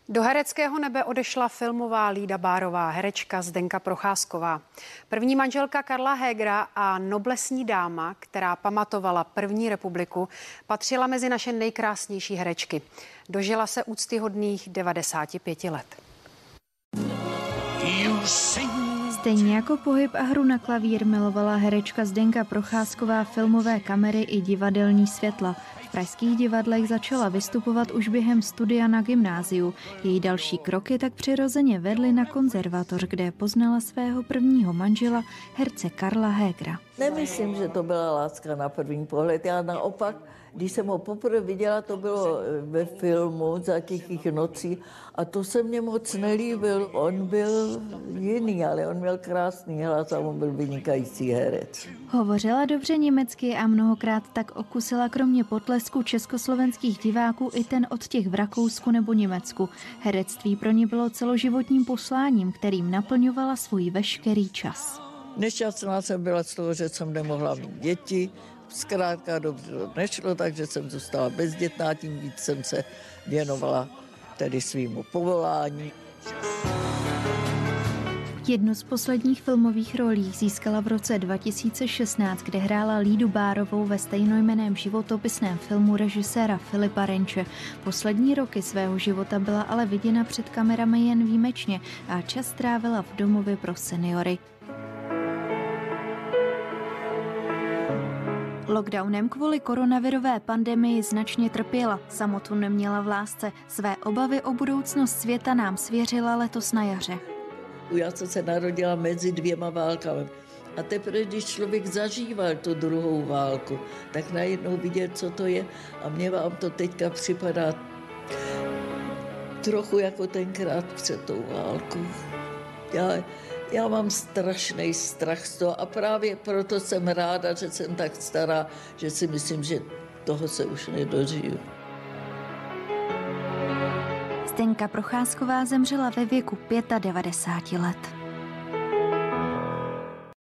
Do hereckého nebe odešla filmová Lída Bárová, herečka Zdenka Procházková. První manželka Karla Hégera a noblesní dáma, která pamatovala první republiku, patřila mezi naše nejkrásnější herečky. Dožila se úctyhodných 95 let. Stejně jako pohyb a hru na klavír milovala herečka Zdenka Procházková filmové kamery i divadelní světla. V pražských divadlech začala vystupovat už během studia na gymnáziu. Její další kroky tak přirozeně vedly na konzervatoř, kde poznala svého prvního manžela, herce Karla Hégera. Nemyslím, že to byla láska na první pohled. Já naopak, když jsem ho poprvé viděla, to bylo ve filmu Za tichých nocí a to se mně moc nelíbil. On byl jiný, ale on měl krásný hlas a on byl vynikající herec. Hovořila dobře německy a mnohokrát tak okusila kromě potlesku československých diváků i ten od těch v Rakousku nebo Německu. Herectví pro ně bylo celoživotním posláním, kterým naplňovala svůj veškerý čas. Nešťastná jsem byla z toho, že jsem nemohla mít děti. Zkrátka dobře to nešlo, takže jsem zůstala bezdětná, tím víc jsem se věnovala tedy svýmu povolání. Jednu z posledních filmových rolí získala v roce 2016, kde hrála Lídu Bárovou ve stejnojmenném životopisném filmu režiséra Filipa Renče. Poslední roky svého života byla ale viděna před kamerami jen výjimečně a čas trávila v domově pro seniory. Lockdownem kvůli koronavirové pandemii značně trpěla. Samotu neměla v lásce. Své obavy o budoucnost světa nám svěřila letos na jaře. Já jsem se narodila mezi dvěma válkami. A teprve, když člověk zažíval tu druhou válku, tak najednou viděl, co to je. A mně vám to teďka připadá trochu jako tenkrát před tou válkou. Já mám strašný strach z toho a právě proto jsem ráda, že jsem tak stará, že si myslím, že toho se už nedožiju. Zdenka Procházková zemřela ve věku 95 let.